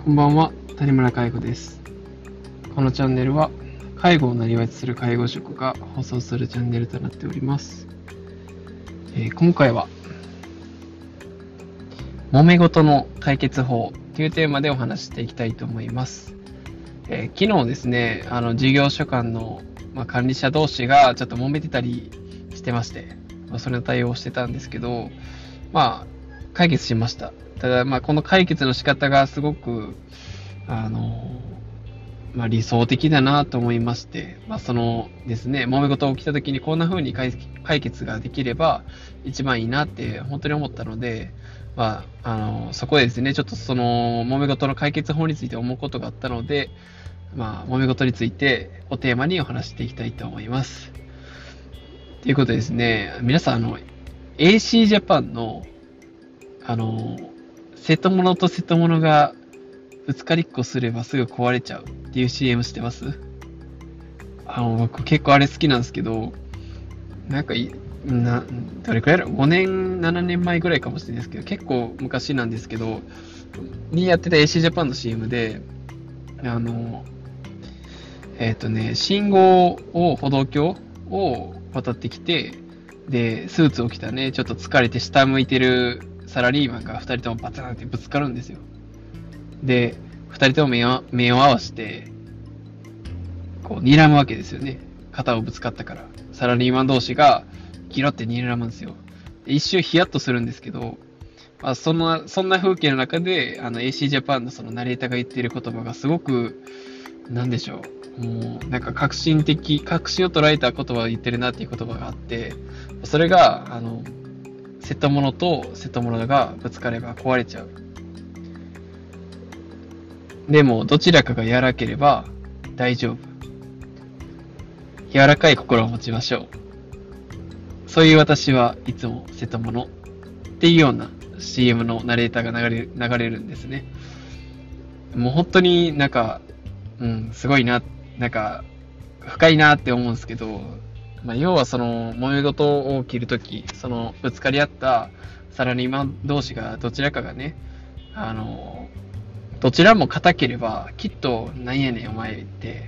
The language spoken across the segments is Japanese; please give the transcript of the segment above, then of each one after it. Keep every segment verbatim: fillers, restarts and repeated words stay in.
こんばんは、谷村介護です。このチャンネルは、介護をなりわいとする介護職が放送するチャンネルとなっております。えー今回は、揉め事の解決法というテーマでお話ししていきたいと思います。えー昨日ですね、あの事業所間の、まあ、管理者同士がちょっと揉めてたりしてまして、まあ、それの対応をしてたんですけど、まあ、解決しました。ただ、まあ、この解決の仕方がすごく、あの、まあ、理想的だなと思いまして、まあ、そのですね、揉め事が起きた時にこんな風に解解決ができれば一番いいなって本当に思ったので、まあ、あの、そこでですね、ちょっとその揉め事の解決法について思うことがあったので、まあ、揉め事についてをテーマにお話していきたいと思います。ということでですね、皆さん、あの、エーシー ジャパンの、あの、瀬戸物と瀬戸物がぶつかりっこすればすぐ壊れちゃうっていう シーエム してます？あの、僕結構あれ好きなんですけど、なんかい、な、どれくらいだろう ?ご 年、ななねんまえぐらいかもしれないですけど、結構昔なんですけど、にやってた エーシー ジャパンの シーエム で、あの、えっとね、信号を、歩道橋を渡ってきて、で、スーツを着たね、ちょっと疲れて下向いてるサラリーマンがふたりともバツンってぶつかるんですよ。で、二人とも目を目を合わせて、こう、睨むわけですよね。肩をぶつかったから。サラリーマン同士が、ギロって睨むんですよ。で一瞬ヒヤッとするんですけど、まあ、そんな、そんな風景の中で、あの、エーシー ジャパンのそのナレーターが言っている言葉がすごく、なんでしょう。もう、なんか革新的、革新を捉えた言葉を言ってるなっていう言葉があって、それが、あの、瀬戸物と瀬戸物がぶつかれば壊れちゃう。でも、どちらかが柔らければ大丈夫。柔らかい心を持ちましょう。そういう私はいつも瀬戸物っていうような シーエム のナレーターが流れる、流れるんですね。もう本当になんか、うん、すごいな、なんか、深いなって思うんですけど、まあ、要はその、揉め事を切るとき、その、ぶつかり合ったサラリーマン同士がどちらかがね、あの、どちらも硬ければ、きっと、なんやねんお前って、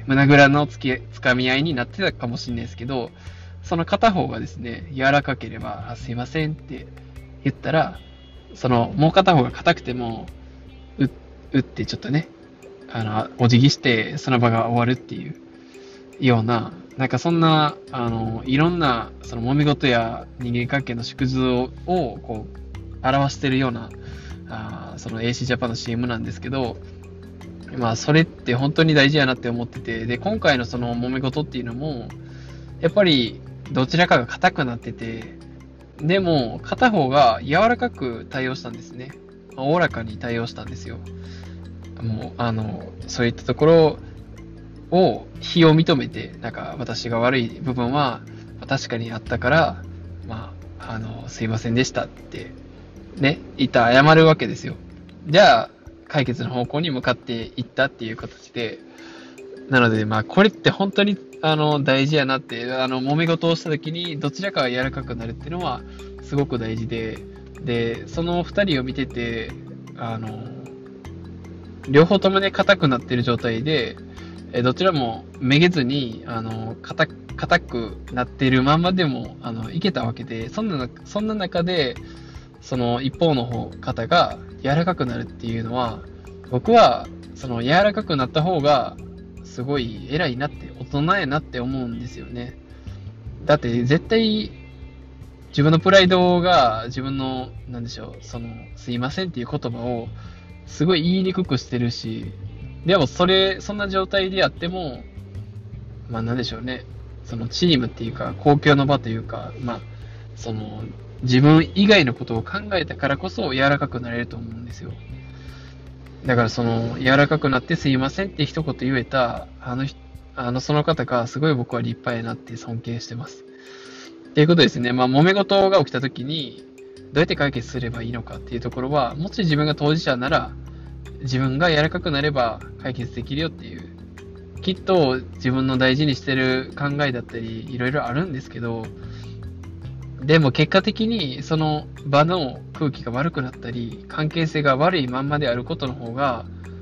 胸ぐらのつき、つかみ合いになってたかもしれないですけど、その片方がですね、柔らかければ、あ、すいませんって言ったら、その、もう片方が硬くても、う、うってちょっとね、あの、お辞儀して、その場が終わるっていうような、なんかそんな、あの、いろんな、その揉め事や人間関係の縮図を、をこう、表しているような、あーその エーシー ジャパンの シーエム なんですけど、まあ、それって本当に大事やなって思ってて、で、今回のその揉め事っていうのも、やっぱり、どちらかが硬くなってて、でも、片方が柔らかく対応したんですね。おおらかに対応したんですよ。もう、あの、そういったところを非を認めて、なんか私が悪い部分は確かにあったから、まあ、あの、すいませんでしたってね、言った謝るわけですよ。じゃあ、解決の方向に向かっていったっていう形で、なので、まあ、これって本当に、あの、大事やなって、あの、揉め事をした時に、どちらかが柔らかくなるっていうのは、すごく大事で、で、その二人を見てて、あの、両方ともね、硬くなってる状態で、えどちらもめげずに、あの、硬く、硬くなっているまんまでも、あの、いけたわけで、そんな、そんな中で、その一方の方、方が柔らかくなるっていうのは、僕は、その柔らかくなった方が、すごい偉いなって、大人やなって思うんですよね。だって絶対、自分のプライドが、自分の、なんでしょう、その、すいませんっていう言葉を、すごい言いにくくしてるし、でもそれ、そんな状態であっても、まあなんでしょうね、そのチームっていうか、公共の場というか、まあ、その、自分以外のことを考えたからこそ柔らかくなれると思うんですよ。だからその、柔らかくなってすいませんって一言言えた、あの人、あの、その方がすごい僕は立派やなって尊敬してます。っていうことですね。まあ、揉め事が起きた時に、どうやって解決すればいいのかっていうところは、もし自分が当事者なら、自分が柔らかくなれば解決できるよっていう、きっと自分の大事にしてる考えだったり、いろいろあるんですけど、でも結果的にその場の空気が悪くなったり、関係性が悪いまんまであることの方が、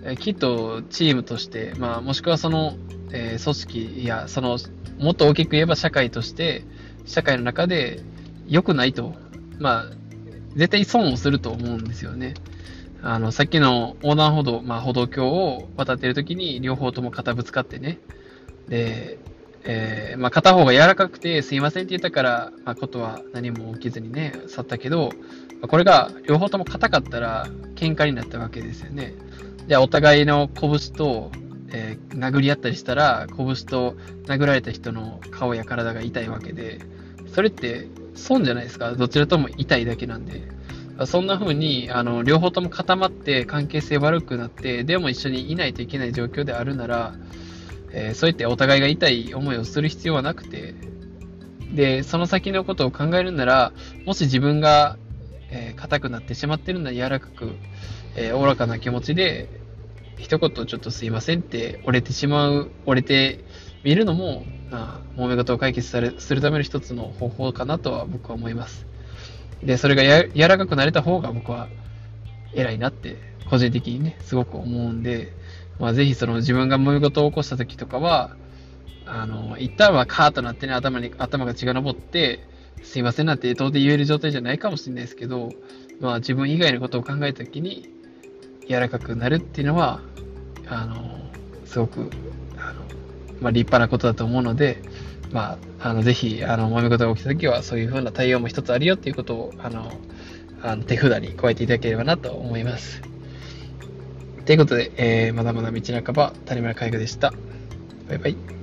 えーきっとチームとして、まあ、もしくはその、えー組織や、その、もっと大きく言えば社会として、社会の中で良くないと、まあ、絶対損をすると思うんですよね。あの、さっきの横断歩道、まあ、歩道橋を渡っている時に両方とも肩ぶつかってね。で、えーまあ、片方が柔らかくてすいませんって言ったから、まあ、ことは何も起きずにね、去ったけど、これが両方とも硬かったら喧嘩になったわけですよね。じゃあお互いの拳と、えー殴り合ったりしたら、拳と殴られた人の顔や体が痛いわけで、それって損じゃないですか。どちらとも痛いだけなんで。そんな風に、あの、両方とも固まって関係性悪くなって、でも一緒にいないといけない状況であるなら、えーそうやってお互いが痛い思いをする必要はなくて、で、その先のことを考えるなら、もし自分が、えー硬くなってしまってるなら柔らかく、えーおおらかな気持ちで、一言ちょっとすいませんって折れてしまう、折れてみるのも、まあ、揉め事を解決されするための一つの方法かなとは僕は思います。で、それがや柔らかくなれた方が僕は偉いなって、個人的にね、すごく思うんで、まあ、ぜひその自分が揉め事を起こした時とかは、あの、一旦はカーッとなってね、頭に、頭が血が上って、すいませんなんて到底言える状態じゃないかもしれないですけど、まあ自分以外のことを考えた時に、柔らかくなるっていうのは、あの、すごく、あの、まあ立派なことだと思うので、まあ、あの、ぜひ、あの、揉め事が起きた時は、そういう風な対応も一つあるよっていうことを、あの、あの手札に加えていただければなと思います。ということで、えーまだまだ道半ば、谷村海部でした。バイバイ。